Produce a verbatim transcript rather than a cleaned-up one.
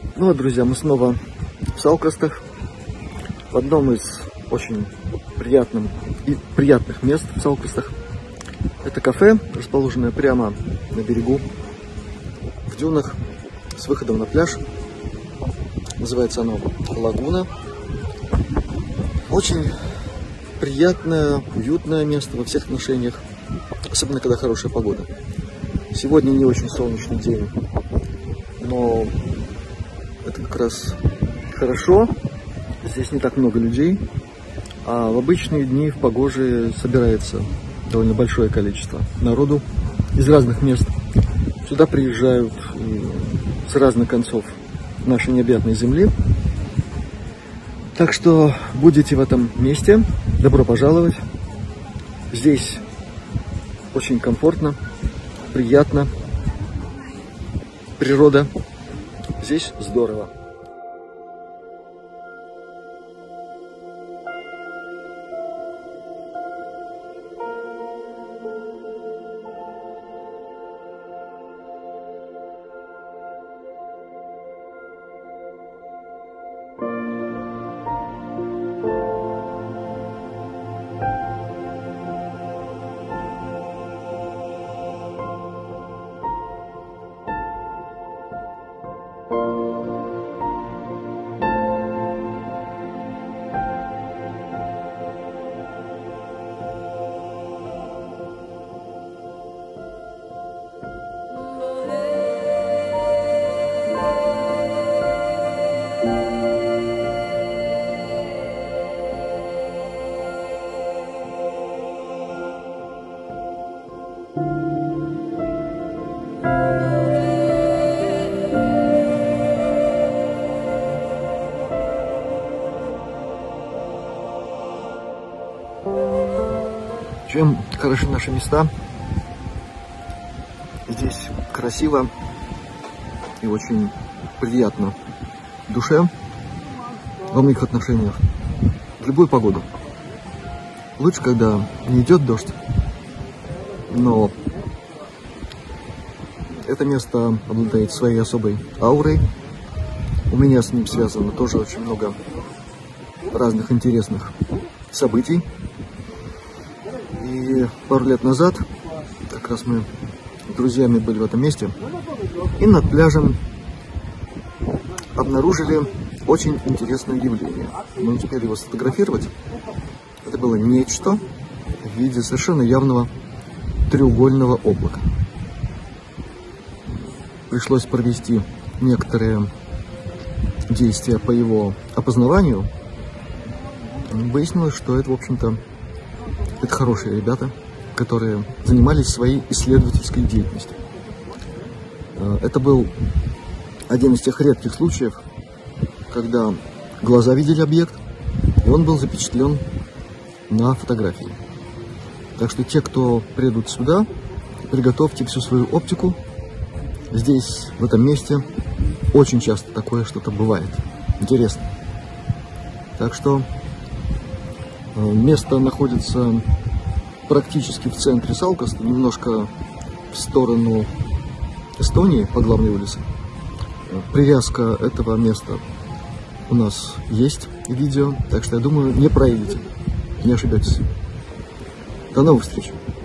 Ну вот, друзья, мы снова в Салкостах, в одном из очень приятных, и приятных мест в Салкостах. Это кафе, расположенное прямо на берегу, в дюнах, с выходом на пляж. Называется оно Лагуна. Очень приятное, уютное место во всех отношениях, особенно когда хорошая погода. Сегодня не очень солнечный день, но это как раз хорошо. Здесь не так много людей, а в обычные дни в погожие собирается довольно большое количество народу из разных мест. Сюда приезжают с разных концов нашей необъятной земли. Так что будете в этом месте, добро пожаловать. Здесь очень комфортно, приятно. Природа здесь здорово. Чем хороши наши места? Здесь красиво и очень приятно в душе, во многих отношениях, в любую погоду. Лучше, когда не идет дождь, но это место обладает своей особой аурой. У меня с ним связано тоже очень много разных интересных событий. И пару лет назад как раз мы с друзьями были в этом месте и над пляжем обнаружили очень интересное явление. Мы успели его сфотографировать. Это было нечто в виде совершенно явного треугольного облака. Пришлось провести некоторые действия по его опознаванию. Выяснилось, что это, в общем-то, это хорошие ребята, которые занимались своей исследовательской деятельностью. Это был один из тех редких случаев, когда глаза видели объект, и он был запечатлен на фотографии. Так что те, кто придут сюда, приготовьте всю свою оптику. Здесь, в этом месте, очень часто такое что-то бывает. Интересно. Так что место находится практически в центре Салкоста, немножко в сторону Эстонии по главной улице. Привязка этого места у нас есть в видео, так что я думаю, не проедете, не ошибетесь. До новых встреч!